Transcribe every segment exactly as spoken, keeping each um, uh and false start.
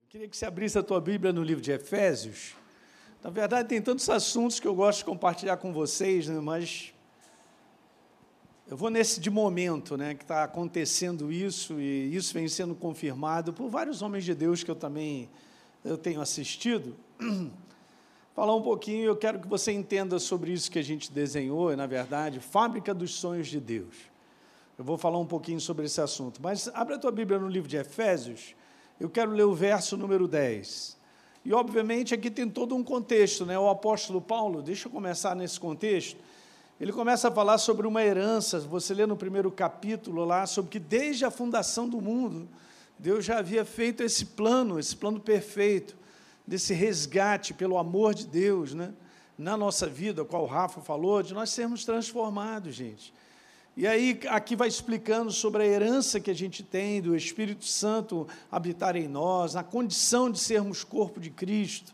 Queria que você abrisse a tua Bíblia no livro de Efésios. Na verdade, tem tantos assuntos que eu gosto de compartilhar com vocês, né? Mas eu vou nesse de momento, né, que está acontecendo isso, e isso vem sendo confirmado por vários homens de Deus que eu também eu tenho assistido. Falar um pouquinho, eu quero que você entenda sobre isso que a gente desenhou, na verdade, Fábrica dos Sonhos de Deus. Eu vou falar um pouquinho sobre esse assunto, mas abre a tua Bíblia no livro de Efésios. Eu quero ler o verso número dez. E, obviamente, aqui tem todo um contexto, né? O apóstolo Paulo, deixa eu começar nesse contexto, ele começa a falar sobre uma herança. Você lê no primeiro capítulo lá, sobre que desde a fundação do mundo, Deus já havia feito esse plano, esse plano perfeito, desse resgate pelo amor de Deus, né? Na nossa vida, qual o Rafa falou, de nós sermos transformados, gente. E aí, aqui vai explicando sobre a herança que a gente tem do Espírito Santo habitar em nós, a condição de sermos corpo de Cristo,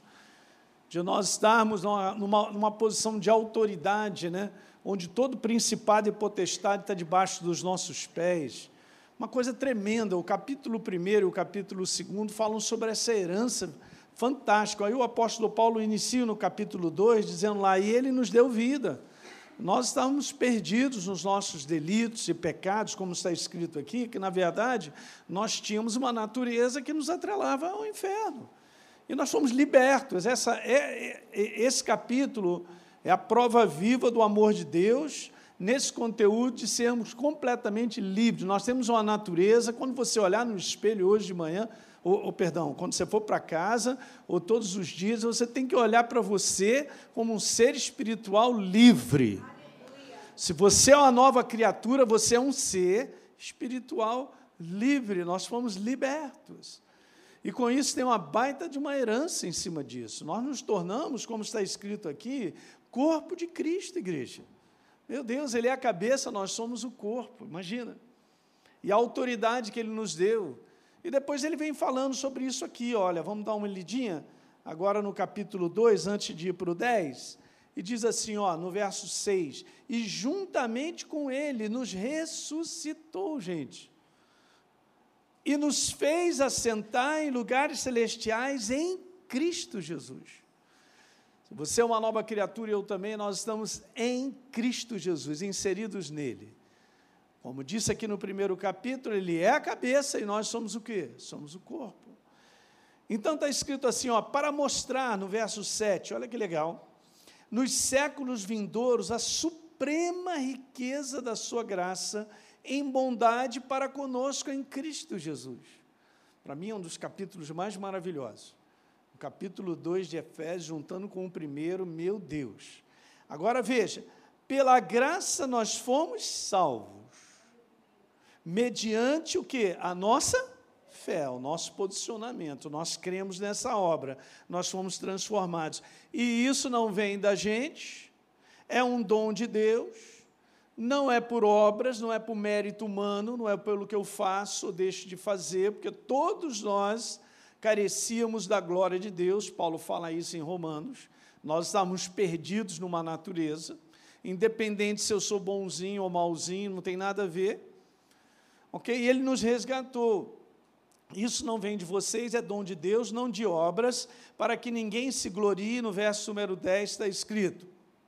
de nós estarmos numa, numa, numa posição de autoridade, né? Onde todo principado e potestade está debaixo dos nossos pés. Uma coisa tremenda, o capítulo primeiro e o capítulo segundo falam sobre essa herança fantástica. Aí o apóstolo Paulo inicia no capítulo dois, dizendo lá, e ele nos deu vida. Nós estávamos perdidos nos nossos delitos e pecados, como está escrito aqui, que, na verdade, nós tínhamos uma natureza que nos atrelava ao inferno. E nós fomos libertos. Essa, é, é, esse capítulo é a prova viva do amor de Deus, nesse conteúdo de sermos completamente livres. Nós temos uma natureza, quando você olhar no espelho hoje de manhã, ou, ou perdão, quando você for para casa, ou todos os dias, você tem que olhar para você como um ser espiritual livre. Se você é uma nova criatura, você é um ser espiritual livre. Nós fomos libertos. E com isso tem uma baita de uma herança em cima disso. Nós nos tornamos, como está escrito aqui, corpo de Cristo, igreja. Meu Deus, Ele é a cabeça, nós somos o corpo, imagina. E a autoridade que Ele nos deu. E depois Ele vem falando sobre isso aqui, olha, vamos dar uma lidinha, agora no capítulo dois, antes de ir para o dez, e diz assim, ó, no verso seis, e juntamente com Ele nos ressuscitou, gente, e nos fez assentar em lugares celestiais em Cristo Jesus. Se você é uma nova criatura e eu também, nós estamos em Cristo Jesus, inseridos nele. Como disse aqui no primeiro capítulo, Ele é a cabeça e nós somos o quê? Somos o corpo. Então está escrito assim, ó, para mostrar, no verso sete, olha que legal, nos séculos vindouros, a suprema riqueza da sua graça em bondade para conosco em Cristo Jesus. Para mim é um dos capítulos mais maravilhosos. O capítulo dois de Efésios, juntando com o primeiro, meu Deus. Agora veja, pela graça nós fomos salvos, mediante o quê? A nossa fé, o nosso posicionamento. Nós cremos nessa obra, nós fomos transformados. E isso não vem da gente, é um dom de Deus, não é por obras, não é por mérito humano, não é pelo que eu faço ou deixo de fazer, porque todos nós carecíamos da glória de Deus. Paulo fala isso em Romanos. Nós estávamos perdidos numa natureza, independente se eu sou bonzinho ou malzinho, não tem nada a ver. Ok? E Ele nos resgatou. Isso não vem de vocês, é dom de Deus, não de obras, para que ninguém se glorie. No verso número dez está escrito,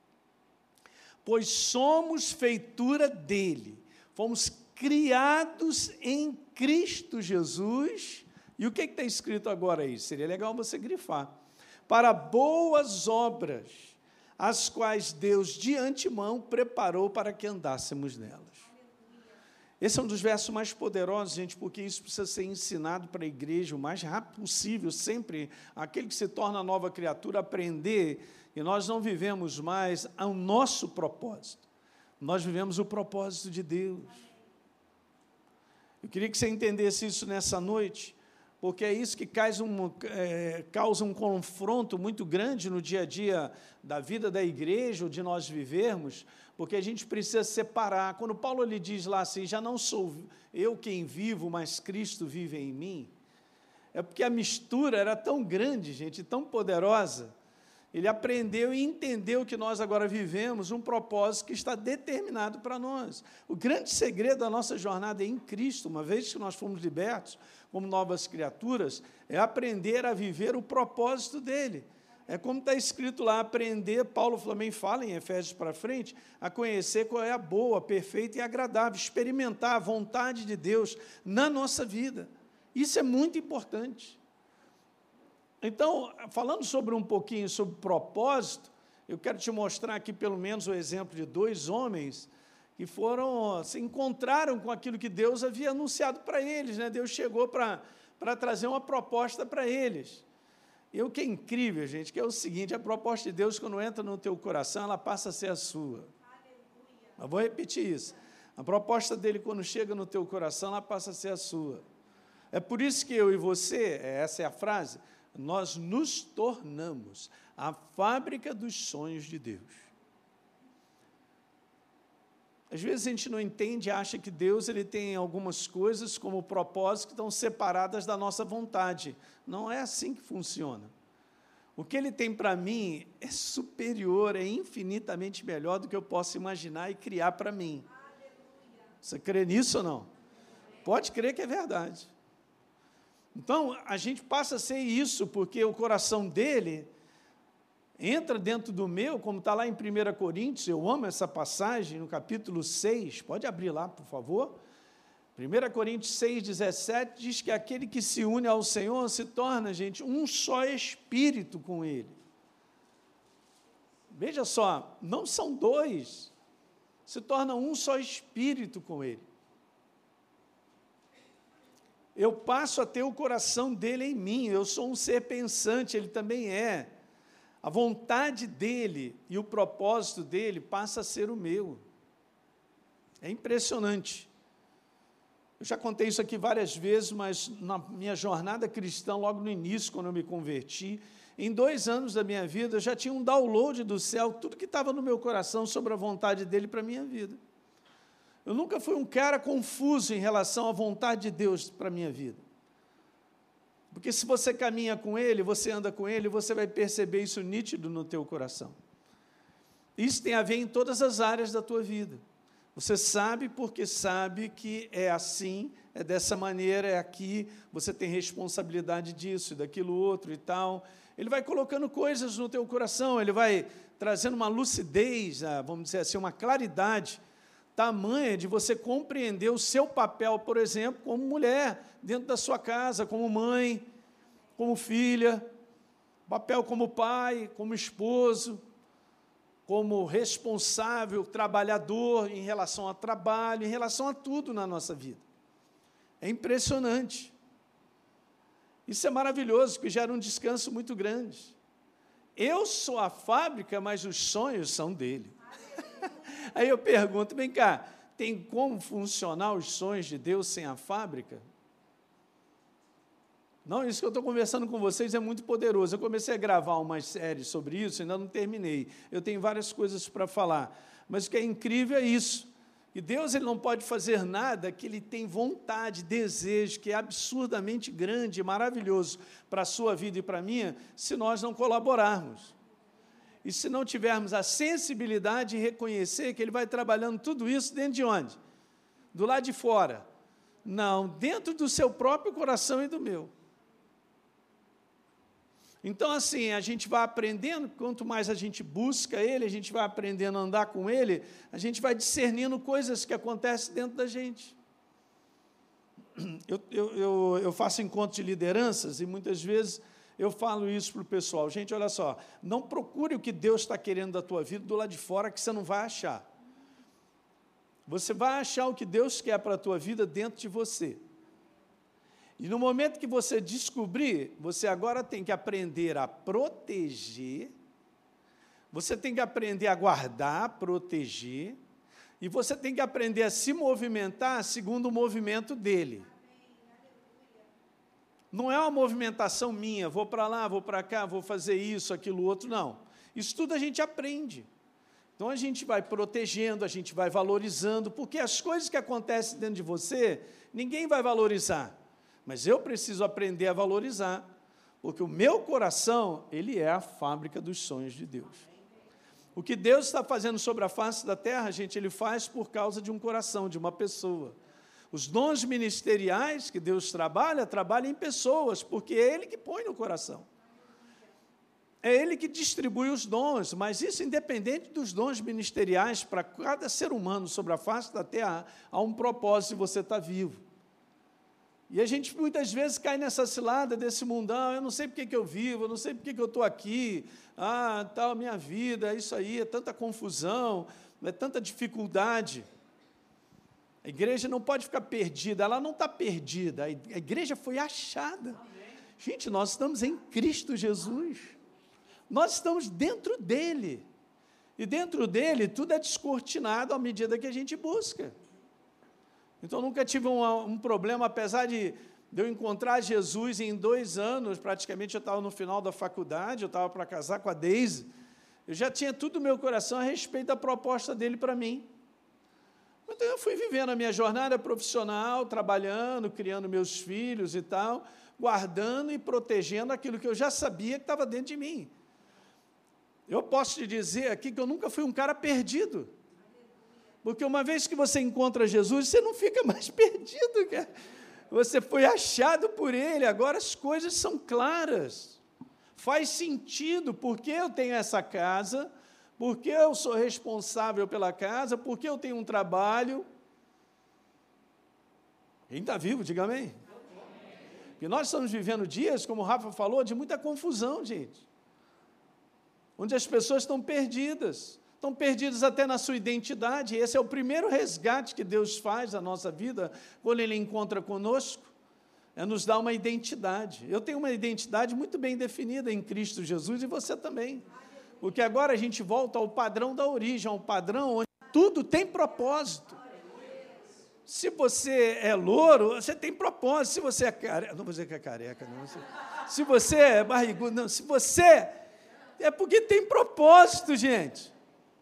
pois somos feitura dEle, fomos criados em Cristo Jesus. E o que está escrito agora aí? Seria legal você grifar. Para boas obras, as quais Deus de antemão preparou para que andássemos nelas. Esse é um dos versos mais poderosos, gente, porque isso precisa ser ensinado para a igreja o mais rápido possível, sempre aquele que se torna nova criatura, aprender, e nós não vivemos mais o nosso propósito, nós vivemos o propósito de Deus. Eu queria que você entendesse isso nessa noite, porque é isso que causa um, é, causa um confronto muito grande no dia a dia da vida da igreja, ou de nós vivermos, porque a gente precisa separar. Quando Paulo lhe diz lá assim, já não sou eu quem vivo, mas Cristo vive em mim, é porque a mistura era tão grande, gente, tão poderosa, ele aprendeu e entendeu que nós agora vivemos um propósito que está determinado para nós. O grande segredo da nossa jornada em Cristo, uma vez que nós fomos libertos como novas criaturas, é aprender a viver o propósito dele. É como está escrito lá, aprender, Paulo também fala em Efésios para frente, a conhecer qual é a boa, perfeita e agradável, experimentar a vontade de Deus na nossa vida. Isso é muito importante. Então, falando sobre um pouquinho sobre propósito, eu quero te mostrar aqui pelo menos o exemplo de dois homens que foram, se encontraram com aquilo que Deus havia anunciado para eles, né? Deus chegou para, para trazer uma proposta para eles. E o que é incrível, gente, que é o seguinte, a proposta de Deus, quando entra no teu coração, ela passa a ser a sua. Aleluia. Eu vou repetir isso. A proposta dele, quando chega no teu coração, ela passa a ser a sua. É por isso que eu e você, essa é a frase, nós nos tornamos a fábrica dos sonhos de Deus. Às vezes a gente não entende e acha que Deus ele tem algumas coisas como propósito que estão separadas da nossa vontade. Não é assim que funciona. O que Ele tem para mim é superior, é infinitamente melhor do que eu posso imaginar e criar para mim. Você crê nisso ou não? Pode crer que é verdade. Então, a gente passa a ser isso, porque o coração dele entra dentro do meu, como está lá em primeira Coríntios, eu amo essa passagem, no capítulo seis, pode abrir lá, por favor. primeira Coríntios seis, dezessete, diz que aquele que se une ao Senhor se torna, gente, um só espírito com Ele. Veja só, não são dois, se torna um só espírito com Ele. Eu passo a ter o coração dele em mim, eu sou um ser pensante, ele também é. A vontade dele e o propósito dele passa a ser o meu. É impressionante. Eu já contei isso aqui várias vezes, mas na minha jornada cristã, logo no início, quando eu me converti, em dois anos da minha vida, eu já tinha um download do céu, tudo que estava no meu coração sobre a vontade dele para a minha vida. Eu nunca fui um cara confuso em relação à vontade de Deus para a minha vida. Porque se você caminha com Ele, você anda com Ele, você vai perceber isso nítido no teu coração. Isso tem a ver em todas as áreas da tua vida. Você sabe porque sabe que é assim, é dessa maneira, é aqui, você tem responsabilidade disso e daquilo outro e tal. Ele vai colocando coisas no teu coração, ele vai trazendo uma lucidez, vamos dizer assim, uma claridade tamanha de você compreender o seu papel, por exemplo, como mulher, dentro da sua casa, como mãe, como filha, papel como pai, como esposo, como responsável, trabalhador, em relação ao trabalho, em relação a tudo na nossa vida. É impressionante. Isso é maravilhoso, porque gera um descanso muito grande. Eu sou a fábrica, mas os sonhos são dele. Aí eu pergunto, vem cá, tem como funcionar os sonhos de Deus sem a fábrica? Não, isso que eu estou conversando com vocês é muito poderoso. Eu comecei a gravar uma série sobre isso, ainda não terminei. Eu tenho várias coisas para falar. Mas o que é incrível é isso, que Deus ele não pode fazer nada que Ele tem vontade, desejo, que é absurdamente grande e maravilhoso para a sua vida e para a minha, se nós não colaborarmos. E se não tivermos a sensibilidade de reconhecer que Ele vai trabalhando tudo isso dentro de onde? Do lado de fora. Não, dentro do seu próprio coração e do meu. Então, assim, a gente vai aprendendo, quanto mais a gente busca Ele, a gente vai aprendendo a andar com Ele, a gente vai discernindo coisas que acontecem dentro da gente. Eu, eu, eu, eu faço encontros de lideranças e muitas vezes eu falo isso para o pessoal. Gente, olha só, não procure o que Deus está querendo da tua vida do lado de fora, que você não vai achar. Você vai achar o que Deus quer para a tua vida dentro de você. E no momento que você descobrir, você agora tem que aprender a proteger, você tem que aprender a guardar, proteger, e você tem que aprender a se movimentar segundo o movimento dele. Não é uma movimentação minha, vou para lá, vou para cá, vou fazer isso, aquilo, outro, não. Isso tudo a gente aprende. Então, a gente vai protegendo, a gente vai valorizando, porque as coisas que acontecem dentro de você, ninguém vai valorizar. Mas eu preciso aprender a valorizar, Porque o meu coração, ele é a fábrica dos sonhos de Deus. O que Deus está fazendo sobre a face da terra, gente, Ele faz por causa de um coração, de uma pessoa. Os dons ministeriais que Deus trabalha, trabalha em pessoas, porque é Ele que põe no coração. É Ele que distribui os dons, mas isso independente dos dons ministeriais, para cada ser humano sobre a face da terra, há um propósito de você estar vivo. E a gente muitas vezes cai nessa cilada desse mundão, eu não sei porque que eu vivo, eu não sei porque que eu estou aqui, ah, tal, minha vida, é isso aí, é tanta confusão, é tanta dificuldade. A igreja não pode ficar perdida, ela não está perdida, a igreja foi achada. Gente, nós estamos em Cristo Jesus, nós estamos dentro dEle, e dentro dEle tudo é descortinado à medida que a gente busca. Então, nunca tive um, um problema, apesar de, de eu encontrar Jesus em dois anos, praticamente eu estava no final da faculdade, eu estava para casar com a Deise, eu já tinha tudo no meu coração a respeito da proposta dele para mim. Então, eu fui vivendo a minha jornada profissional, trabalhando, criando meus filhos e tal, guardando e protegendo aquilo que eu já sabia que estava dentro de mim. Eu posso te dizer aqui que eu nunca fui um cara perdido. Porque uma vez que você encontra Jesus, você não fica mais perdido, cara. Você foi achado por Ele, agora as coisas são claras. Faz sentido, porque eu tenho essa casa, porque eu sou responsável pela casa, porque eu tenho um trabalho. Quem está vivo, diga amém. Porque nós estamos vivendo dias, como o Rafa falou, de muita confusão, gente. Onde as pessoas estão perdidas. Estão perdidos até na sua identidade. Esse é o primeiro resgate que Deus faz na nossa vida, quando Ele encontra conosco, é nos dar uma identidade. Eu tenho uma identidade muito bem definida em Cristo Jesus, e você também. Porque agora a gente volta ao padrão da origem, ao padrão onde tudo tem propósito. Se você é louro, você tem propósito. Se você é careca, não vou dizer que é careca, não. Se você é barrigudo, não. Se você, é porque tem propósito, gente.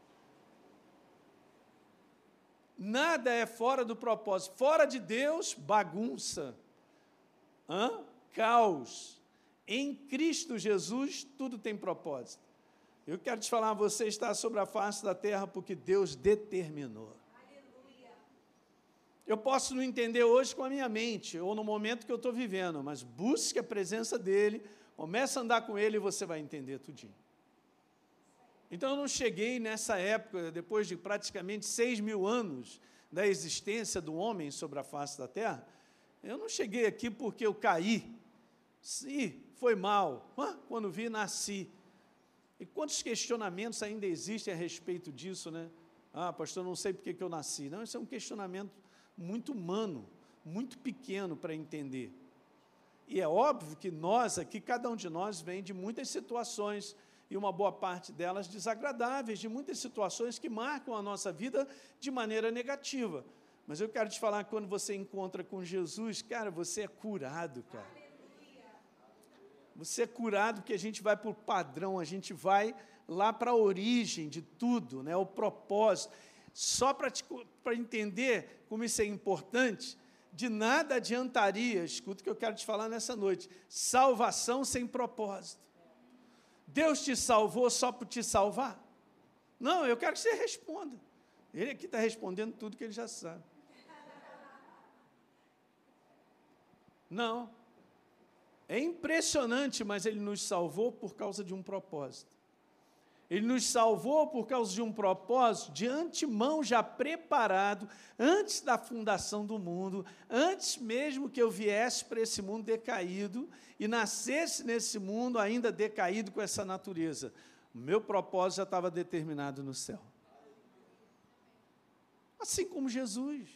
Nada é fora do propósito. Fora de Deus, bagunça, Hã? caos. Em Cristo Jesus, tudo tem propósito. Eu quero te falar, você está sobre a face da terra porque Deus determinou. Aleluia. Eu posso não entender hoje com a minha mente, ou no momento que eu estou vivendo, mas busque a presença dEle, comece a andar com Ele e você vai entender tudinho. Então, eu não cheguei nessa época, depois de praticamente seis mil anos da existência do homem sobre a face da terra, eu não cheguei aqui porque eu caí. Sim, foi mal. Ah, quando vi, nasci. E quantos questionamentos ainda existem a respeito disso, né? Ah, pastor, não sei por que eu nasci. Não, isso é um questionamento muito humano, muito pequeno para entender. E é óbvio que nós aqui, cada um de nós vem de muitas situações, e uma boa parte delas desagradáveis, de muitas situações que marcam a nossa vida de maneira negativa. Mas eu quero te falar que quando você encontra com Jesus, cara, você é curado, cara. Você é curado porque a gente vai para o padrão, a gente vai lá para a origem de tudo, né, o propósito. Só para para entender como isso é importante, de nada adiantaria, escuta o que eu quero te falar nessa noite, salvação sem propósito. Deus te salvou só por te salvar? Não, eu quero que você responda. Ele aqui está respondendo tudo que ele já sabe. Não. É impressionante, mas Ele nos salvou por causa de um propósito. Ele nos salvou por causa de um propósito de antemão já preparado, antes da fundação do mundo, antes mesmo que eu viesse para esse mundo decaído e nascesse nesse mundo ainda decaído com essa natureza. O meu propósito já estava determinado no céu. Assim como Jesus.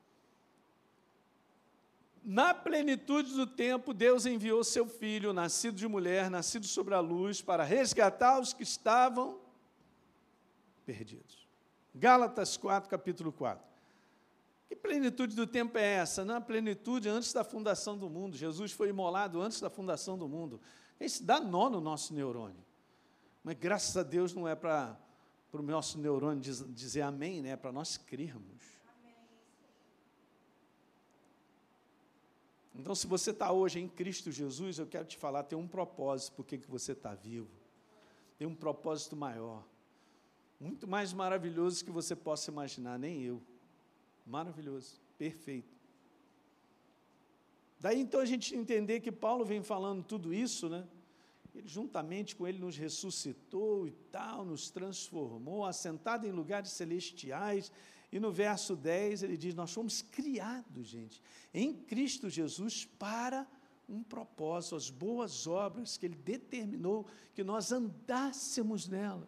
Na plenitude do tempo, Deus enviou seu Filho, nascido de mulher, nascido sobre a luz, para resgatar os que estavam perdidos. Gálatas quatro, capítulo quatro. Que plenitude do tempo é essa? Na plenitude antes da fundação do mundo. Jesus foi imolado antes da fundação do mundo. Isso dá nó no nosso neurônio. Mas, graças a Deus, não é para, para o nosso neurônio diz, dizer amém, né? É para nós crermos. Então, se você está hoje em Cristo Jesus, eu quero te falar, tem um propósito, por que você está vivo. Tem um propósito maior, muito mais maravilhoso que você possa imaginar, nem eu. Maravilhoso, perfeito. Daí, então, a gente entender que Paulo vem falando tudo isso, né? Ele, juntamente com ele, nos ressuscitou e tal, nos transformou, assentado em lugares celestiais. E no verso dez, ele diz, nós fomos criados, gente, em Cristo Jesus para um propósito, as boas obras que ele determinou que nós andássemos nela.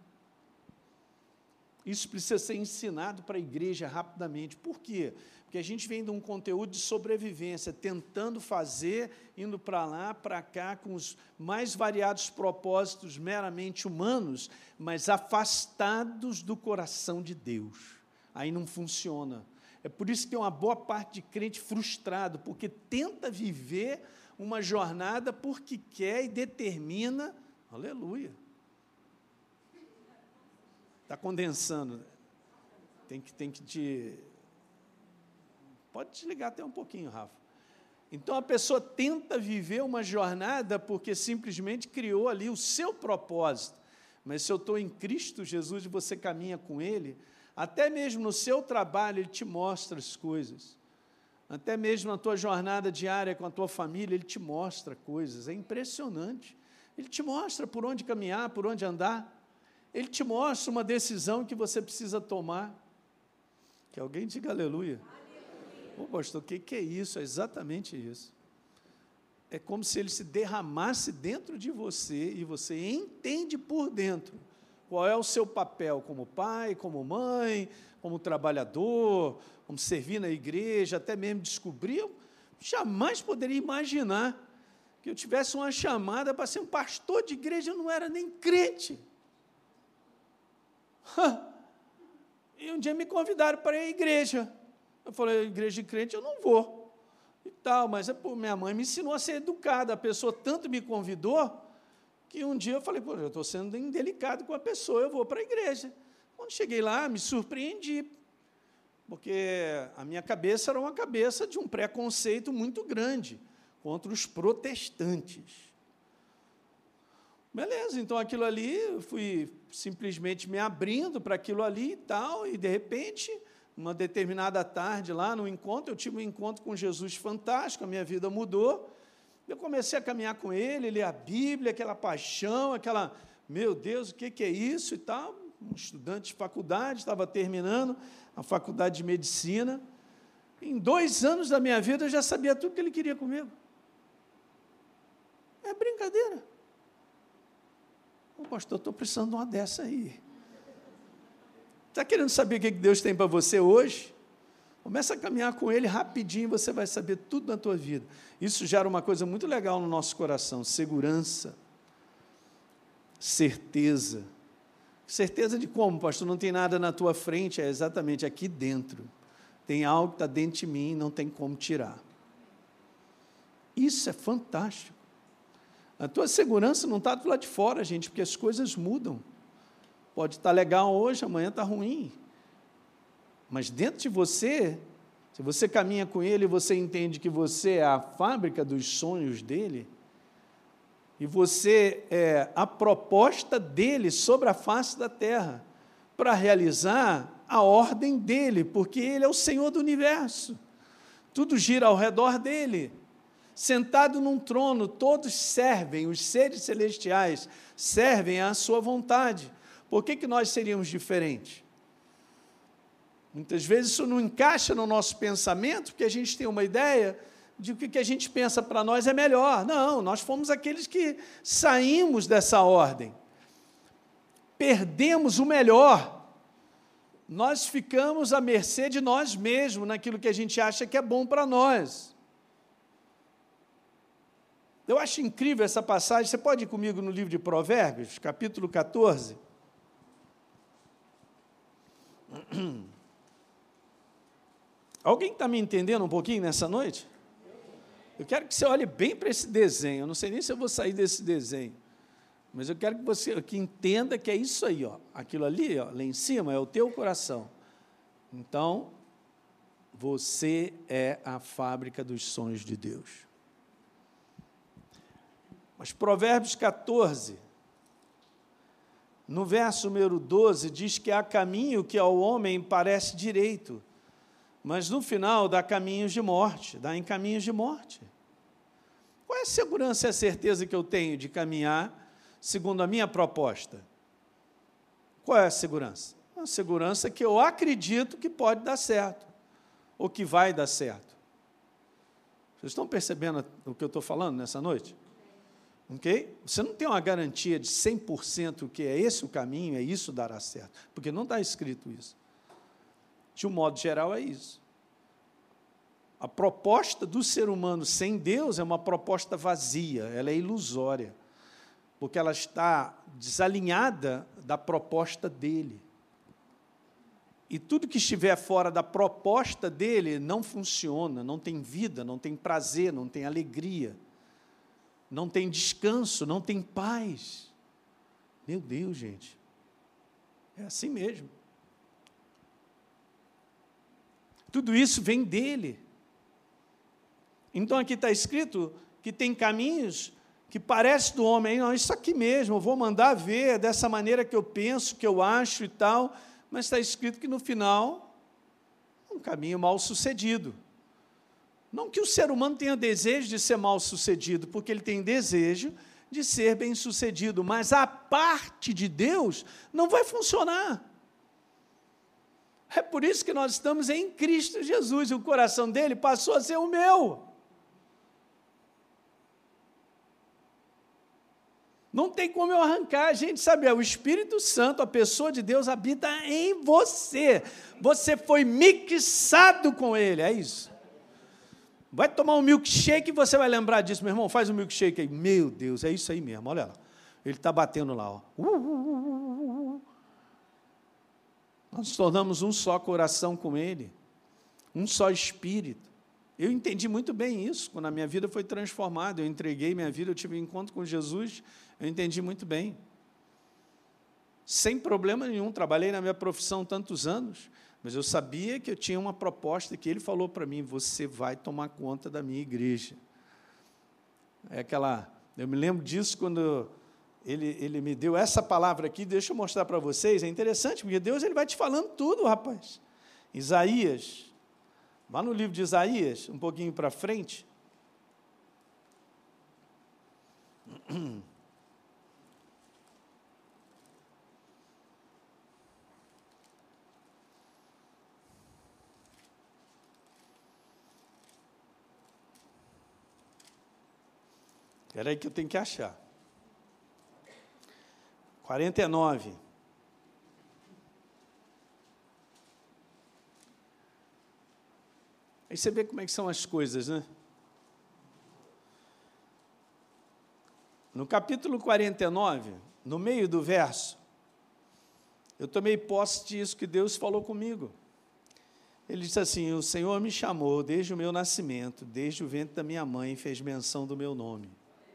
Isso precisa ser ensinado para a igreja rapidamente. Por quê? Porque a gente vem de um conteúdo de sobrevivência, tentando fazer, indo para lá, para cá, com os mais variados propósitos meramente humanos, mas afastados do coração de Deus. Aí não funciona. É por isso que tem uma boa parte de crente frustrado, porque tenta viver uma jornada porque quer e determina, aleluia. Está condensando. Tem que, tem que te... Pode desligar até um pouquinho, Rafa. Então, a pessoa tenta viver uma jornada porque simplesmente criou ali o seu propósito. Mas se eu estou em Cristo Jesus e você caminha com Ele, até mesmo no seu trabalho Ele te mostra as coisas. Até mesmo na tua jornada diária com a tua família, Ele te mostra coisas. É impressionante. Ele te mostra por onde caminhar, por onde andar. Ele te mostra uma decisão que você precisa tomar. Que alguém diga aleluia. Ô, pastor, o que, que é isso? É exatamente isso. É como se ele se derramasse dentro de você e você entende por dentro qual é o seu papel como pai, como mãe, como trabalhador, como servir na igreja, até mesmo descobrir. Eu jamais poderia imaginar que eu tivesse uma chamada para ser um pastor de igreja, eu não era nem crente. E um dia me convidaram para ir à igreja. Eu falei, igreja de crente eu não vou. E tal, mas é, pô, minha mãe me ensinou a ser educada. A pessoa tanto me convidou, que um dia eu falei, pô, eu estou sendo indelicado com a pessoa, eu vou para a igreja. Quando cheguei lá, me surpreendi, porque a minha cabeça era uma cabeça de um preconceito muito grande contra os protestantes. Beleza, então aquilo ali, eu fui simplesmente me abrindo para aquilo ali e tal, e de repente, uma determinada tarde lá no encontro, eu tive um encontro com Jesus fantástico, a minha vida mudou, eu comecei a caminhar com ele, ler a Bíblia, aquela paixão, aquela, meu Deus, o que, que é isso e tal, um estudante de faculdade, estava terminando a faculdade de medicina, em dois anos da minha vida eu já sabia tudo que ele queria comigo. É brincadeira. Ô, pastor, estou precisando de uma dessa aí. Está querendo saber o que Deus tem para você hoje? Começa a caminhar com Ele rapidinho, você vai saber tudo na tua vida. Isso gera uma coisa muito legal no nosso coração, segurança, certeza. Certeza de como, pastor? Não tem nada na tua frente, é exatamente aqui dentro. Tem algo que está dentro de mim e não tem como tirar. Isso é fantástico. A tua segurança não está do lado de fora, gente, porque as coisas mudam. Pode estar legal hoje, amanhã está ruim. Mas dentro de você, se você caminha com Ele, você entende que você é a fábrica dos sonhos dEle, e você é a proposta dEle sobre a face da terra, para realizar a ordem dEle, porque Ele é o Senhor do universo. Tudo gira ao redor dEle. Sentado num trono, todos servem, os seres celestiais servem à sua vontade. Por que que nós seríamos diferentes? Muitas vezes isso não encaixa no nosso pensamento, porque a gente tem uma ideia de que o que a gente pensa para nós é melhor. Não, nós fomos aqueles que saímos dessa ordem. Perdemos o melhor. Nós ficamos à mercê de nós mesmos, naquilo que a gente acha que é bom para nós. Eu acho incrível essa passagem. Você pode ir comigo no livro de Provérbios, capítulo catorze? Alguém está me entendendo um pouquinho nessa noite? Eu quero que você olhe bem para esse desenho. Eu não sei nem se eu vou sair desse desenho, mas eu quero que você que entenda que é isso aí, ó. Aquilo ali, ó, lá em cima, é o teu coração. Então, você é a fábrica dos sonhos de Deus. Mas Provérbios catorze, no verso número doze, diz que há caminho que ao homem parece direito, mas no final dá caminhos de morte, dá em caminhos de morte. Qual é a segurança e a certeza que eu tenho de caminhar segundo a minha proposta? Qual é a segurança? A segurança que eu acredito que pode dar certo, ou que vai dar certo. Vocês estão percebendo o que eu estou falando nessa noite? Ok? Você não tem uma garantia de cem por cento que é esse o caminho, é isso dará certo, porque não está escrito isso. De um modo geral, é isso. A proposta do ser humano sem Deus é uma proposta vazia, ela é ilusória, porque ela está desalinhada da proposta dele. E tudo que estiver fora da proposta dele não funciona, não tem vida, não tem prazer, não tem alegria, não tem descanso, não tem paz. Meu Deus, gente, é assim mesmo. Tudo isso vem dele. Então, aqui está escrito que tem caminhos que parecem do homem, não, isso aqui mesmo, eu vou mandar ver, dessa maneira que eu penso, que eu acho e tal, mas está escrito que no final, um caminho mal sucedido. Não que o ser humano tenha desejo de ser mal sucedido, porque ele tem desejo de ser bem sucedido, mas a parte de Deus não vai funcionar. É por isso que nós estamos em Cristo Jesus, e o coração dele passou a ser o meu. Não tem como eu arrancar, a gente sabe, é o Espírito Santo, a pessoa de Deus habita em você. Você foi mixado com ele, é isso. Vai tomar um milkshake e você vai lembrar disso, meu irmão, faz um milkshake aí. Meu Deus, é isso aí mesmo, olha lá. Ele está batendo lá, ó. Uh, uh, uh, uh. Nós nos tornamos um só coração com ele, um só espírito. Eu entendi muito bem isso, quando a minha vida foi transformada, eu entreguei minha vida, eu tive um encontro com Jesus, eu entendi muito bem. Sem problema nenhum, trabalhei na minha profissão tantos anos, mas eu sabia que eu tinha uma proposta que ele falou para mim, você vai tomar conta da minha igreja. É aquela, eu me lembro disso quando ele, ele me deu essa palavra aqui, deixa eu mostrar para vocês, é interessante, porque Deus ele vai te falando tudo, rapaz. Isaías, vá no livro de Isaías, um pouquinho para frente. Espera aí que eu tenho que achar. quarenta e nove. Aí você vê como é que são as coisas, né? No capítulo quarenta e nove, no meio do verso, eu tomei posse disso que Deus falou comigo. Ele disse assim, o Senhor me chamou desde o meu nascimento, desde o ventre da minha mãe, e fez menção do meu nome.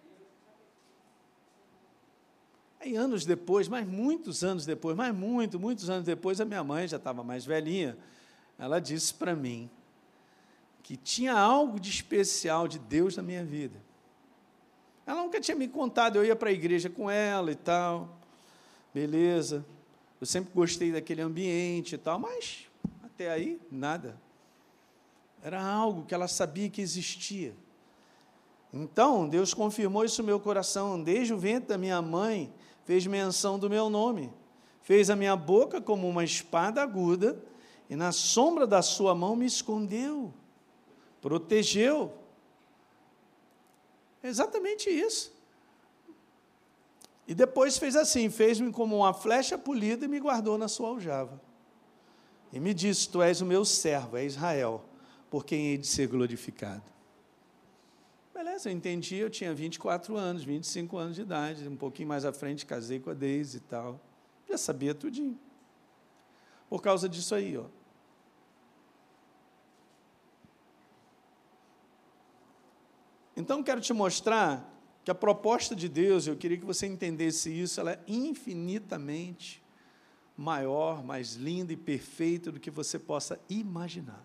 Aí, anos depois, mais muitos anos depois, mais muito, muitos anos depois, a minha mãe já estava mais velhinha, ela disse para mim que tinha algo de especial de Deus na minha vida. Ela nunca tinha me contado, eu ia para a igreja com ela e tal, beleza, eu sempre gostei daquele ambiente e tal, mas até aí, nada. Era algo que ela sabia que existia. Então, Deus confirmou isso no meu coração, desde o ventre da minha mãe, fez menção do meu nome, fez a minha boca como uma espada aguda, e na sombra da sua mão me escondeu, protegeu. É exatamente isso. E depois fez assim, fez-me como uma flecha polida e me guardou na sua aljava. E me disse, tu és o meu servo, é Israel, por quem hei de ser glorificado. Beleza, eu entendi, eu tinha vinte e quatro anos, vinte e cinco anos de idade, um pouquinho mais à frente, casei com a Deise e tal. Já sabia tudinho. Por causa disso aí, ó. Então, quero te mostrar que a proposta de Deus, eu queria que você entendesse isso, ela é infinitamente maior, mais linda e perfeita do que você possa imaginar.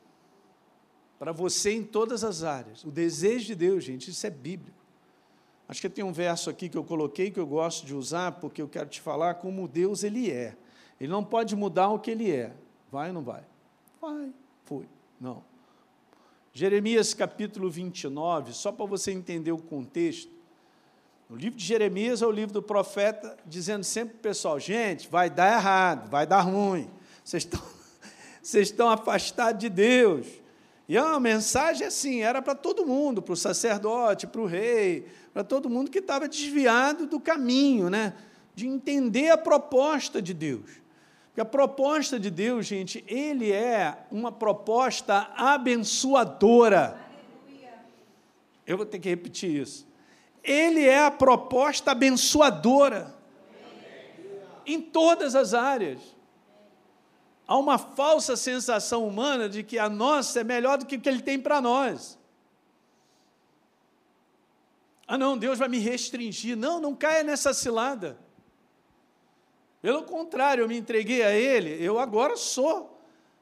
Para você em todas as áreas. O desejo de Deus, gente, isso é bíblico. Acho que tem um verso aqui que eu coloquei, que eu gosto de usar, porque eu quero te falar como Deus ele é. Ele não pode mudar o que ele é. Vai ou não vai? Vai, foi, não. Jeremias capítulo vinte e nove, só para você entender o contexto. O livro de Jeremias é o livro do profeta, dizendo sempre para o pessoal, gente, vai dar errado, vai dar ruim. Vocês estão, vocês estão afastados de Deus. E a mensagem assim, era para todo mundo, para o sacerdote, para o rei, para todo mundo que estava desviado do caminho, né? De entender a proposta de Deus. Porque a proposta de Deus, gente, ele é uma proposta abençoadora. Aleluia. Eu vou ter que repetir isso. Ele é a proposta abençoadora. Em todas as áreas. Há uma falsa sensação humana de que a nossa é melhor do que o que ele tem para nós. Ah, não, Deus vai me restringir. Não, não caia nessa cilada. Pelo contrário, eu me entreguei a Ele, eu agora sou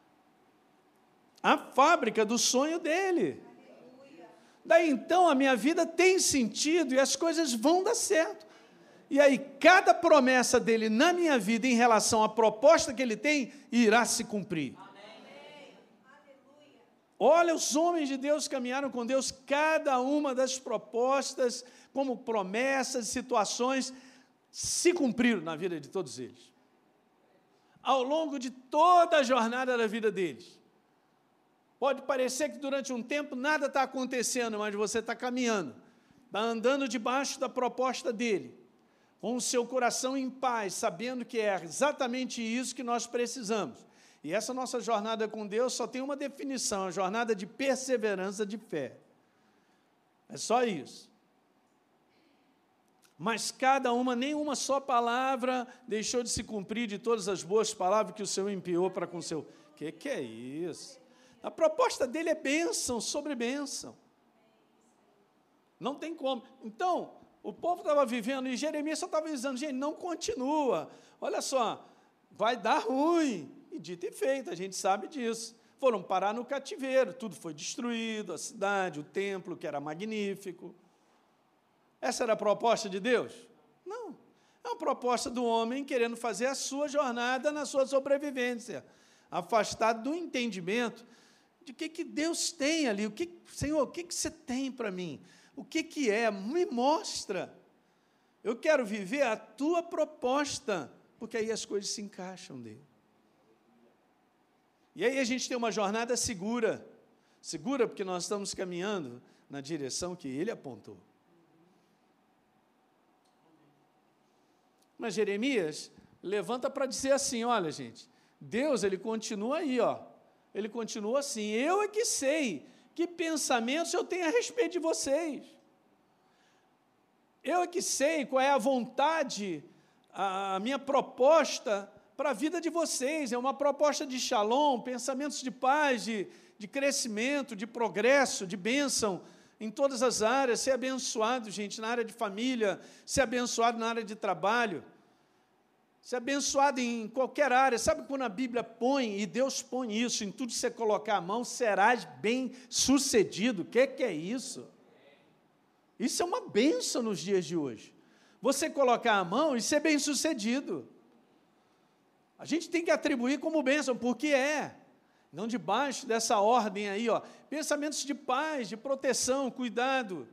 a fábrica do sonho dEle. Daí então a minha vida tem sentido e as coisas vão dar certo. E aí cada promessa dEle na minha vida em relação à proposta que Ele tem, irá se cumprir. Amém. Olha, os homens de Deus caminharam com Deus, cada uma das propostas, como promessas, situações, se cumpriram na vida de todos eles. Ao longo de toda a jornada da vida deles. Pode parecer que durante um tempo nada está acontecendo, mas você está caminhando, está andando debaixo da proposta dele, com o seu coração em paz, sabendo que é exatamente isso que nós precisamos. E essa nossa jornada com Deus só tem uma definição, a jornada de perseverança de fé. É só isso. Mas cada uma, nenhuma só palavra deixou de se cumprir de todas as boas palavras que o Senhor enviou para com o seu... O que, que é isso? A proposta dele é bênção sobre bênção. Não tem como. Então, o povo estava vivendo, e Jeremias só estava dizendo, gente, não continua. Olha só, vai dar ruim. E dito e feito, a gente sabe disso. Foram parar no cativeiro, tudo foi destruído, a cidade, o templo, que era magnífico. Essa era a proposta de Deus? Não. É uma proposta do homem querendo fazer a sua jornada na sua sobrevivência, afastado do entendimento de o que, que Deus tem ali. O que, Senhor, o que, que você tem para mim? O que, que é? Me mostra. Eu quero viver a tua proposta, porque aí as coisas se encaixam dele. E aí a gente tem uma jornada segura. Segura porque nós estamos caminhando na direção que ele apontou. Mas Jeremias levanta para dizer assim, olha, gente, Deus, ele continua aí, ó. Ele continua assim, eu é que sei que pensamentos eu tenho a respeito de vocês. Eu é que sei qual é a vontade, a minha proposta para a vida de vocês. É uma proposta de shalom, pensamentos de paz, de, de crescimento, de progresso, de bênção em todas as áreas, ser abençoado, gente, na área de família, ser abençoado na área de trabalho, ser abençoado em qualquer área. Sabe quando a Bíblia põe, e Deus põe isso, em tudo que você colocar a mão, serás bem sucedido. O que, que é isso? Isso é uma bênção nos dias de hoje. Você colocar a mão e ser bem sucedido. A gente tem que atribuir como bênção, porque é. Não debaixo dessa ordem aí, ó, pensamentos de paz, de proteção, cuidado.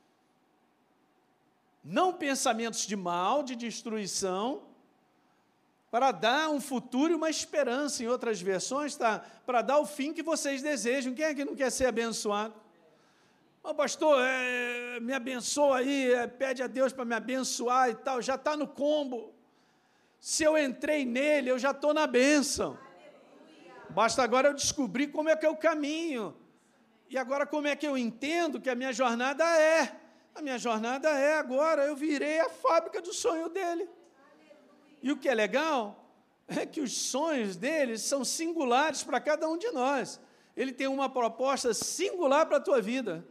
Não pensamentos de mal, de destruição, para dar um futuro e uma esperança. Em outras versões, está para dar o fim que vocês desejam. Quem é que não quer ser abençoado? Ô, pastor, é, me abençoa aí, é, pede a Deus para me abençoar e tal, já está no combo. Se eu entrei nele, eu já estou na bênção. Basta agora eu descobrir como é que é o caminho. E agora como é que eu entendo que a minha jornada é. A minha jornada é agora, eu virei a fábrica do sonho dele. E o que é legal é que os sonhos dele são singulares para cada um de nós. Ele tem uma proposta singular para a tua vida.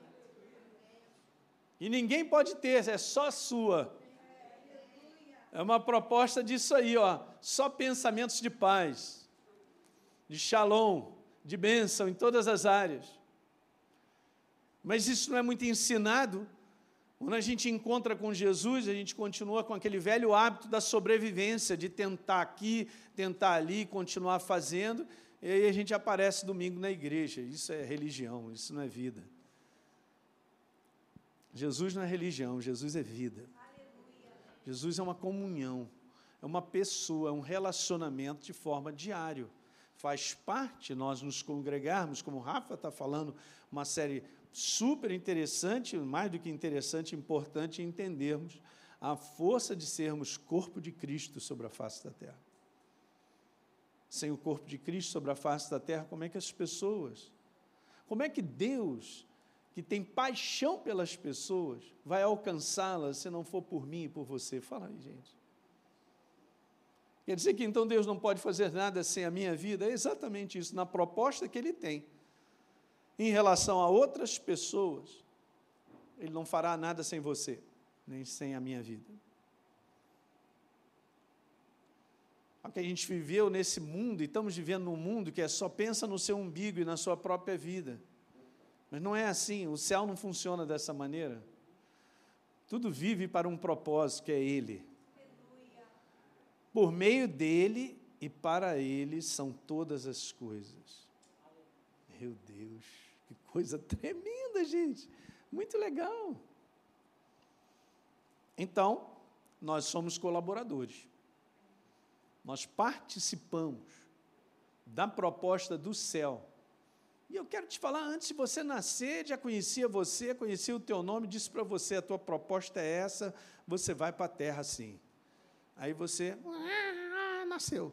E ninguém pode ter, é só sua. É uma proposta disso aí, ó, só pensamentos de paz, de shalom, de bênção em todas as áreas. Mas isso não é muito ensinado. Quando a gente encontra com Jesus, a gente continua com aquele velho hábito da sobrevivência, de tentar aqui, tentar ali, continuar fazendo, e aí a gente aparece domingo na igreja. Isso é religião, isso não é vida. Jesus não é religião, Jesus é vida. Jesus é uma comunhão, é uma pessoa, é um relacionamento de forma diária. Faz parte nós nos congregarmos, como o Rafa está falando, uma série super interessante, mais do que interessante, importante entendermos a força de sermos corpo de Cristo sobre a face da terra. Sem o corpo de Cristo sobre a face da terra, como é que as pessoas, como é que Deus, que tem paixão pelas pessoas, vai alcançá-las se não for por mim e por você? Fala aí, gente. Quer dizer que então Deus não pode fazer nada sem a minha vida? É exatamente isso, na proposta que Ele tem. Em relação a outras pessoas, Ele não fará nada sem você, nem sem a minha vida. Porque a gente viveu nesse mundo, e estamos vivendo num mundo que é só pensa no seu umbigo e na sua própria vida. Mas não é assim, o céu não funciona dessa maneira. Tudo vive para um propósito, que é Ele. Por meio dEle e para Ele são todas as coisas. Meu Deus, que coisa tremenda, gente. Muito legal. Então, nós somos colaboradores. Nós participamos da proposta do céu. E eu quero te falar, antes de você nascer, já conhecia você, conhecia o teu nome, disse para você, a tua proposta é essa, você vai para a terra sim. Aí você, ah, nasceu.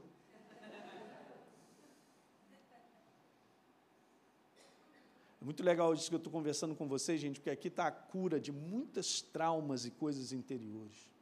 É muito legal isso que eu estou conversando com vocês, gente, porque aqui está a cura de muitos traumas e coisas interiores.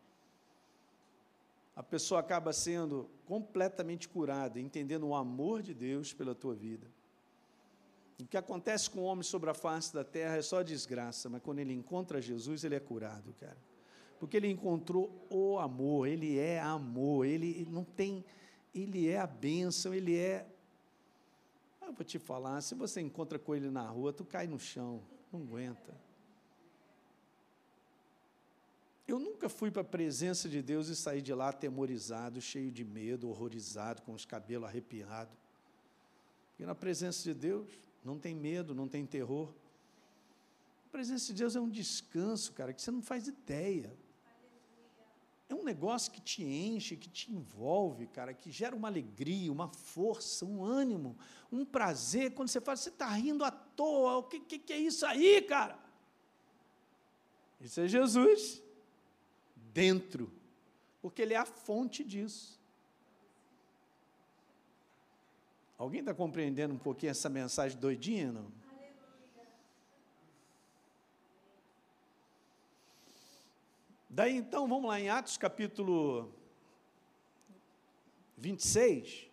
A pessoa acaba sendo completamente curada, entendendo o amor de Deus pela tua vida. O que acontece com o homem sobre a face da terra é só desgraça, mas quando ele encontra Jesus, ele é curado, cara. Porque ele encontrou o amor, ele é amor, ele não tem, ele é a bênção, ele é... Eu vou te falar, se você encontra com ele na rua, tu cai no chão, não aguenta. Eu nunca fui para a presença de Deus e saí de lá atemorizado, cheio de medo, horrorizado, com os cabelos arrepiados. Porque na presença de Deus não tem medo, não tem terror. A presença de Deus é um descanso, cara, que você não faz ideia. É um negócio que te enche, que te envolve, cara, que gera uma alegria, uma força, um ânimo, um prazer. Quando você fala, você está rindo à toa, o que, que, que é isso aí, cara? Isso é Jesus dentro, porque Ele é a fonte disso. Alguém está compreendendo um pouquinho essa mensagem doidinha, não? Daí, então, vamos lá em Atos, capítulo vinte e seis.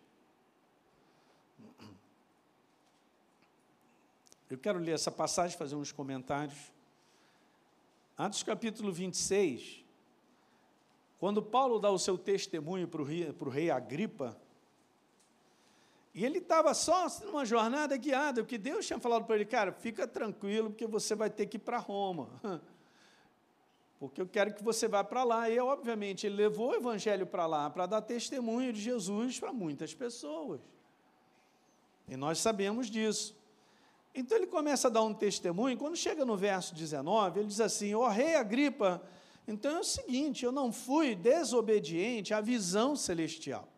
Eu quero ler essa passagem, fazer uns comentários. Atos, capítulo vinte e seis. Quando Paulo dá o seu testemunho para o rei, para o rei Agripa, e ele estava só numa jornada guiada, o que Deus tinha falado para ele, cara, fica tranquilo, porque você vai ter que ir para Roma. Porque eu quero que você vá para lá. E, obviamente, ele levou o evangelho para lá, para dar testemunho de Jesus para muitas pessoas. E nós sabemos disso. Então, ele começa a dar um testemunho, quando chega no verso dezenove, ele diz assim, ó rei Agripa, então é o seguinte, eu não fui desobediente à visão celestial.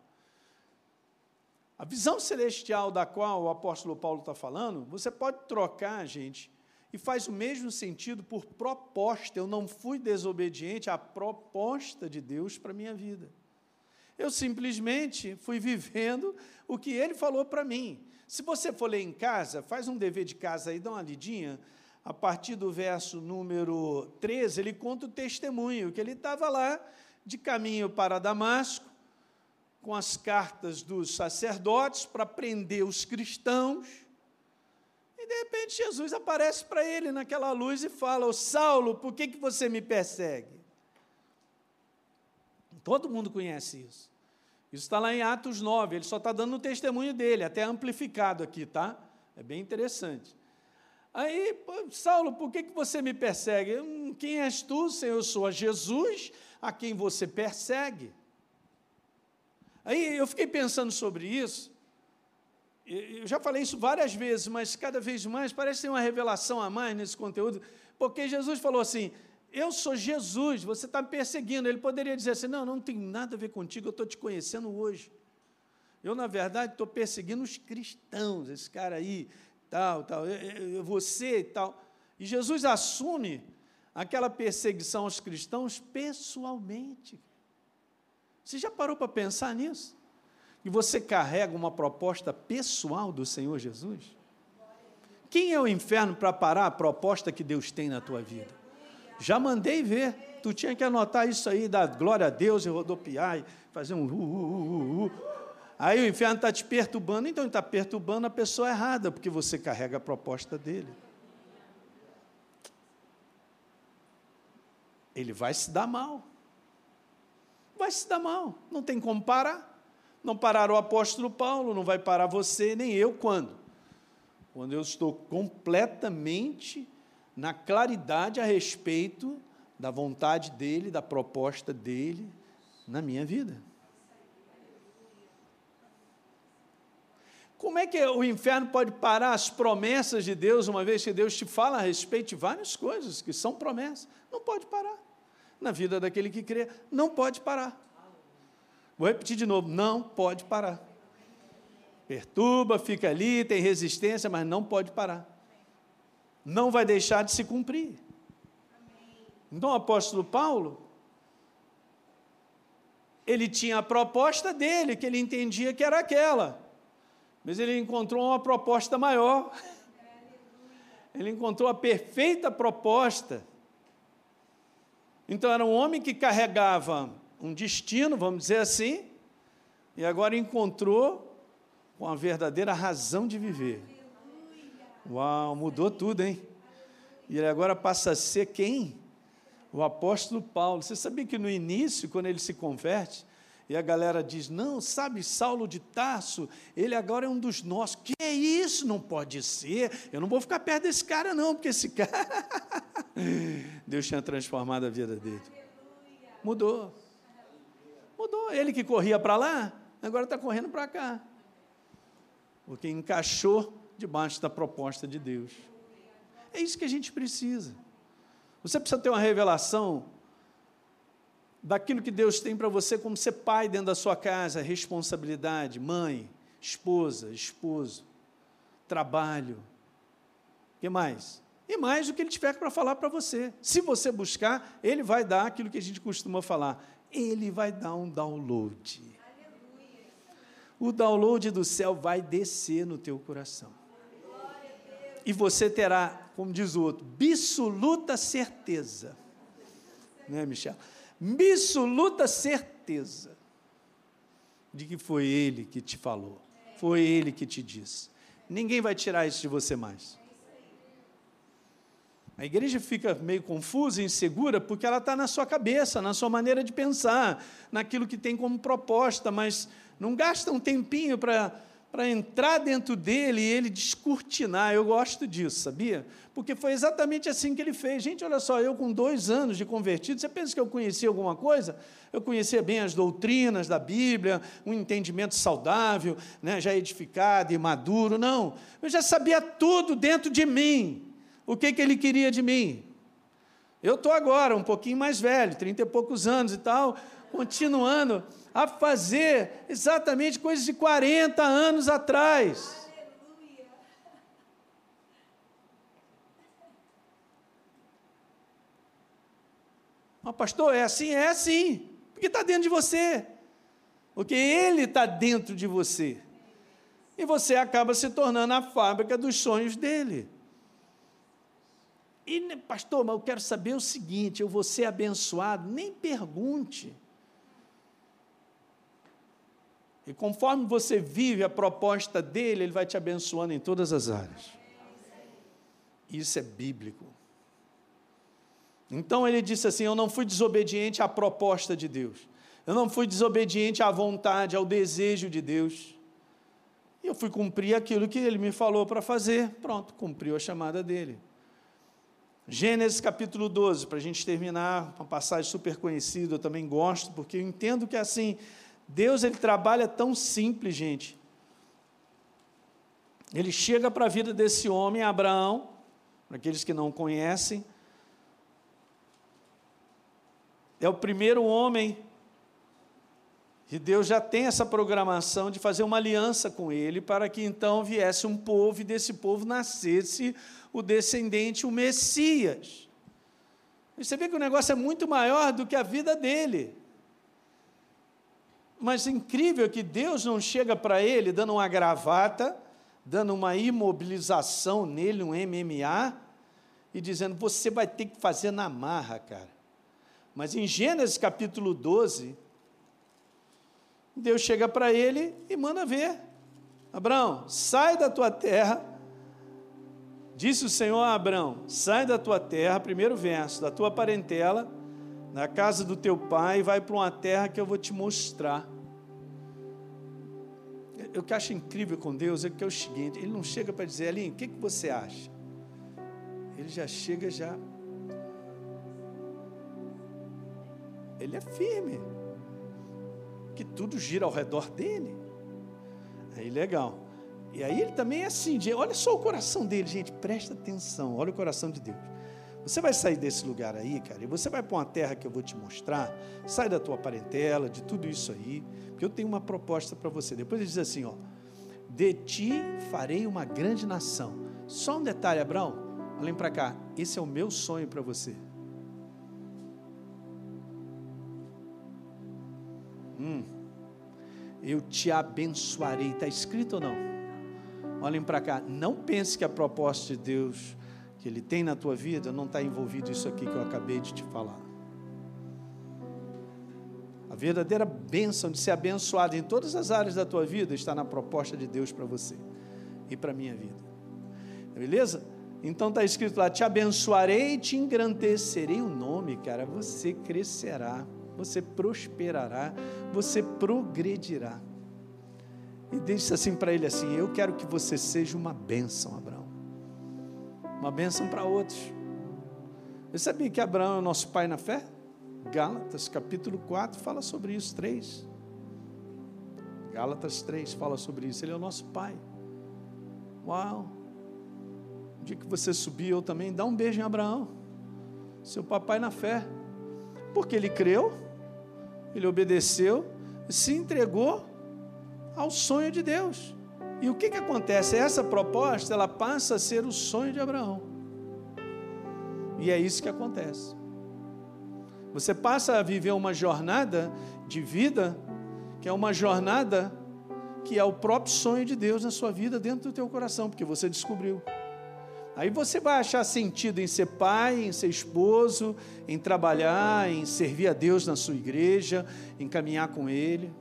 A visão celestial da qual o apóstolo Paulo está falando, você pode trocar, gente, e faz o mesmo sentido por proposta. Eu não fui desobediente à proposta de Deus para a minha vida. Eu simplesmente fui vivendo o que Ele falou para mim. Se você for ler em casa, faz um dever de casa aí, dá uma lidinha, a partir do verso número treze, ele conta o testemunho, que ele estava lá, de caminho para Damasco, com as cartas dos sacerdotes para prender os cristãos, e de repente Jesus aparece para ele naquela luz e fala, ô Saulo, por que, que você me persegue? Todo mundo conhece isso. Isso está lá em Atos nove, ele só está dando o testemunho dele, até amplificado aqui, tá? É bem interessante. Aí, Saulo, por que, que você me persegue? Hum, quem és tu, Senhor? Eu sou a Jesus, a quem você persegue. Aí eu fiquei pensando sobre isso, eu já falei isso várias vezes, mas cada vez mais parece ter uma revelação a mais nesse conteúdo, porque Jesus falou assim, eu sou Jesus, você está me perseguindo. Ele poderia dizer assim, não, não tem nada a ver contigo, eu estou te conhecendo hoje. Eu, na verdade, estou perseguindo os cristãos, esse cara aí, tal, tal, você e tal. E Jesus assume aquela perseguição aos cristãos pessoalmente. Você já parou para pensar nisso? E você carrega uma proposta pessoal do Senhor Jesus? Quem é o inferno para parar a proposta que Deus tem na tua vida? Já mandei ver. Tu tinha que anotar isso aí, dar glória a Deus e rodopiar, e fazer um... Uh, uh, uh, uh. Aí o inferno está te perturbando, então ele está perturbando a pessoa errada, porque você carrega a proposta dele. Ele vai se dar mal. Vai se dar mal, não tem como parar. Não parar o apóstolo Paulo, não vai parar você, nem eu, quando? Quando eu estou completamente na claridade a respeito da vontade dele, da proposta dele na minha vida. Como é que o inferno pode parar as promessas de Deus, uma vez que Deus te fala a respeito de várias coisas que são promessas? Não pode parar. Na vida daquele que crê, não pode parar. Vou repetir de novo, não pode parar. Perturba, fica ali, tem resistência, mas não pode parar. Não vai deixar de se cumprir. Então o apóstolo Paulo, ele tinha a proposta dele, que ele entendia que era aquela, mas ele encontrou uma proposta maior. Ele encontrou a perfeita proposta. Então, era um homem que carregava um destino, vamos dizer assim, e agora encontrou com a verdadeira razão de viver. Uau, mudou tudo, hein? E ele agora passa a ser quem? O apóstolo Paulo. Você sabia que no início, quando ele se converte, e a galera diz, não, sabe, Saulo de Tarso, ele agora é um dos nossos. Que é isso? Não pode ser. Eu não vou ficar perto desse cara, não, porque esse cara... Deus tinha transformado a vida dele. Mudou. Mudou. Ele que corria para lá, agora está correndo para cá. Porque encaixou debaixo da proposta de Deus. É isso que a gente precisa. Você precisa ter uma revelação daquilo que Deus tem para você, como ser pai dentro da sua casa, responsabilidade, mãe, esposa, esposo, trabalho. O que mais? E mais do que Ele tiver para falar para você. Se você buscar, Ele vai dar aquilo que a gente costuma falar. Ele vai dar um download. O download do céu vai descer no teu coração. E você terá, como diz o outro, absoluta certeza. Não é, Michel? Absoluta certeza de que foi Ele que te falou. Foi Ele que te disse. Ninguém vai tirar isso de você mais. A igreja fica meio confusa e insegura porque ela está na sua cabeça, na sua maneira de pensar, naquilo que tem como proposta, mas não gasta um tempinho para para entrar dentro dele e ele descortinar. Eu gosto disso, sabia? Porque foi exatamente assim que ele fez. Gente, olha só, eu com dois anos de convertido, você pensa que eu conhecia alguma coisa? Eu conhecia bem as doutrinas da Bíblia, um entendimento saudável, né, já edificado e maduro. Não, eu já sabia tudo dentro de mim. O que, que ele queria de mim? Eu estou agora um pouquinho mais velho, trinta e poucos anos e tal, continuando a fazer exatamente coisas de quarenta anos atrás. Aleluia. Mas, pastor, é assim? É assim, porque está dentro de você, porque Ele está dentro de você, e você acaba se tornando a fábrica dos sonhos dEle. E, pastor, mas eu quero saber o seguinte, eu vou ser abençoado, nem pergunte. E conforme você vive a proposta dele, ele vai te abençoando em todas as áreas. Isso é bíblico. Então ele disse assim, eu não fui desobediente à proposta de Deus. Eu não fui desobediente à vontade, ao desejo de Deus. E eu fui cumprir aquilo que ele me falou para fazer. Pronto, cumpriu a chamada dele. Gênesis capítulo doze, para a gente terminar, uma passagem super conhecida, eu também gosto, porque eu entendo que assim, Deus ele trabalha tão simples, gente. Ele chega para a vida desse homem, Abraão, para aqueles que não conhecem, é o primeiro homem, e Deus já tem essa programação de fazer uma aliança com ele, para que então viesse um povo, e desse povo nascesse o descendente, o Messias. E você vê que o negócio é muito maior do que a vida dele. Mas incrível que Deus não chega para ele dando uma gravata, dando uma imobilização nele, um M M A, e dizendo, você vai ter que fazer na marra, cara. Mas em Gênesis capítulo doze, Deus chega para ele e manda ver. Abraão, sai da tua terra. Disse o Senhor a Abraão, sai da tua terra, primeiro verso, da tua parentela, na casa do teu pai, e vai para uma terra que eu vou te mostrar. O que eu acho incrível com Deus é que é o seguinte, ele não chega para dizer, Aline, o que, que você acha? Ele já chega, já... Ele é firme, que tudo gira ao redor dele. Aí, legal. E aí ele também é assim, olha só o coração dele, gente, presta atenção, olha o coração de Deus. Você vai sair desse lugar aí, cara, e você vai para uma terra que eu vou te mostrar, sai da tua parentela, de tudo isso aí, porque eu tenho uma proposta para você. Depois ele diz assim, ó, de ti farei uma grande nação. Só um detalhe, Abraão, olhem para cá, esse é o meu sonho para você. Hum, eu te abençoarei, está escrito ou não? Olhem para cá, não pense que a proposta de Deus que Ele tem na tua vida não está envolvido isso aqui que eu acabei de te falar. A verdadeira bênção de ser abençoado em todas as áreas da tua vida está na proposta de Deus para você e para a minha vida. Beleza? Então está escrito lá, te abençoarei e te engrandecerei o nome, cara, você crescerá, você prosperará, você progredirá. E disse assim para ele assim, eu quero que você seja uma bênção, Abraão. Uma bênção para outros. Você sabia que Abraão é o nosso pai na fé? Gálatas capítulo quatro fala sobre isso, três. Gálatas três fala sobre isso, ele é o nosso pai. Uau! O dia que você subir, eu também, dá um beijo em Abraão, seu papai na fé. Porque ele creu, ele obedeceu, se entregou ao sonho de Deus. E o que que acontece? Essa proposta, ela passa a ser o sonho de Abraão. E é isso que acontece. Você passa a viver uma jornada de vida, que é uma jornada que é o próprio sonho de Deus na sua vida, dentro do teu coração, porque você descobriu. Aí você vai achar sentido em ser pai, em ser esposo, em trabalhar, em servir a Deus na sua igreja, em caminhar com Ele.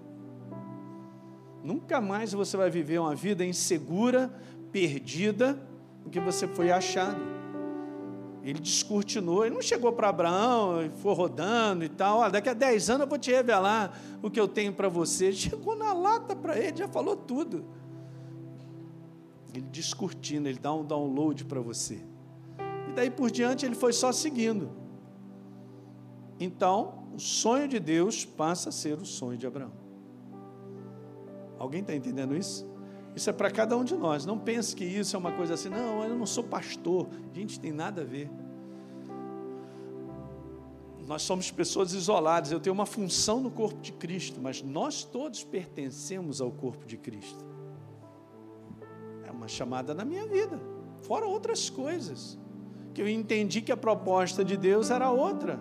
Nunca mais você vai viver uma vida insegura, perdida, porque você foi achado. Ele descortinou, ele não chegou para Abraão e foi rodando e tal, ah, daqui a dez anos eu vou te revelar o que eu tenho para você. Ele chegou na lata para ele, já falou tudo. Ele descortina, ele dá um download para você. E daí por diante ele foi só seguindo. Então, o sonho de Deus passa a ser o sonho de Abraão. Alguém está entendendo isso? Isso é para cada um de nós. Não pense que isso é uma coisa assim, não, eu não sou pastor. Gente, tem nada a ver. Nós somos pessoas isoladas. Eu tenho uma função no corpo de Cristo, mas nós todos pertencemos ao corpo de Cristo. É uma chamada na minha vida, fora outras coisas, que eu entendi que a proposta de Deus era outra.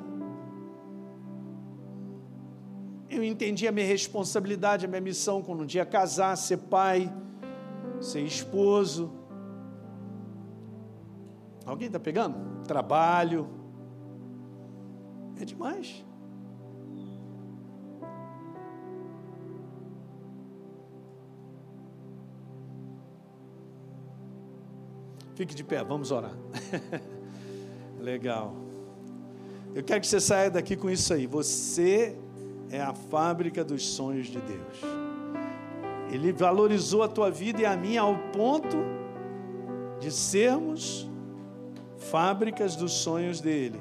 Eu entendi a minha responsabilidade, a minha missão, quando um dia casar, ser pai, ser esposo. Alguém está pegando? Trabalho. É demais. Fique de pé, vamos orar. Legal. Eu quero que você saia daqui com isso aí. Você é a fábrica dos sonhos de Deus. Ele valorizou a tua vida e a minha ao ponto de sermos fábricas dos sonhos dele.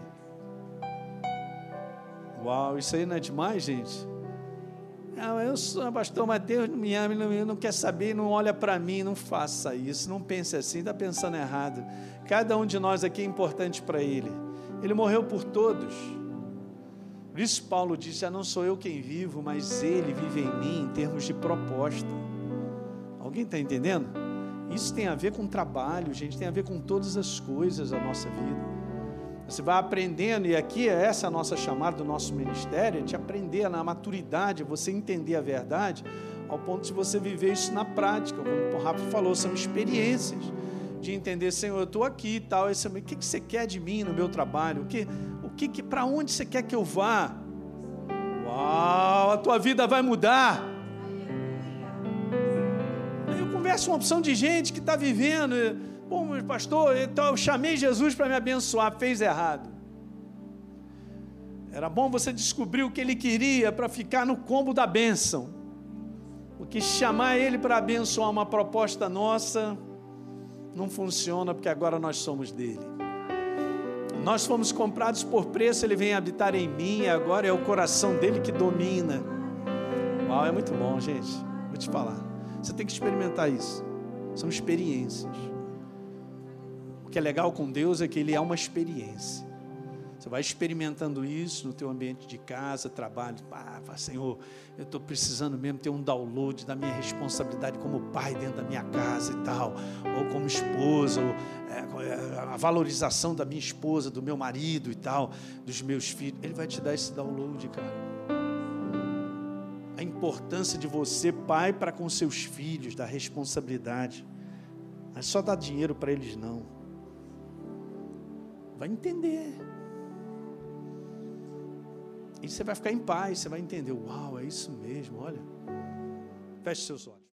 Uau, isso aí não é demais, gente? Ah, eu sou pastor, mas Deus não me ama, não, não quer saber, não olha para mim, não faça isso, não pense assim, está pensando errado. Cada um de nós aqui é importante para Ele. Ele morreu por todos. Por isso Paulo disse, já não sou eu quem vivo, mas Ele vive em mim em termos de proposta. Alguém está entendendo? Isso tem a ver com trabalho, gente, tem a ver com todas as coisas da nossa vida. Você vai aprendendo, e aqui é essa a nossa chamada do nosso ministério, é te aprender na maturidade, você entender a verdade, ao ponto de você viver isso na prática. Como o Rafa falou, são experiências de entender, Senhor, eu estou aqui e tal, esse, o que, que você quer de mim no meu trabalho? O que, o que, que para onde você quer que eu vá? Uau, a tua vida vai mudar. Aí eu converso com uma opção de gente que está vivendo... Bom, pastor, então eu chamei Jesus para me abençoar, fez errado. Era bom você descobrir o que ele queria para ficar no combo da bênção. Porque chamar ele para abençoar uma proposta nossa não funciona, porque agora nós somos dele. Nós fomos comprados por preço, ele vem habitar em mim, e agora é o coração dele que domina. Uau, é muito bom, gente. Vou te falar. Você tem que experimentar isso. São experiências. O que é legal com Deus é que Ele é uma experiência. Você vai experimentando isso no teu ambiente de casa, trabalho. Ah, Senhor, eu estou precisando mesmo ter um download da minha responsabilidade como pai dentro da minha casa e tal. Ou como esposa, ou, é, a valorização da minha esposa, do meu marido e tal, dos meus filhos. Ele vai te dar esse download, cara. A importância de você, pai, para com seus filhos, da responsabilidade. Não é só dar dinheiro para eles, não. Vai entender. E você vai ficar em paz, você vai entender. Uau, é isso mesmo, olha. Feche seus olhos.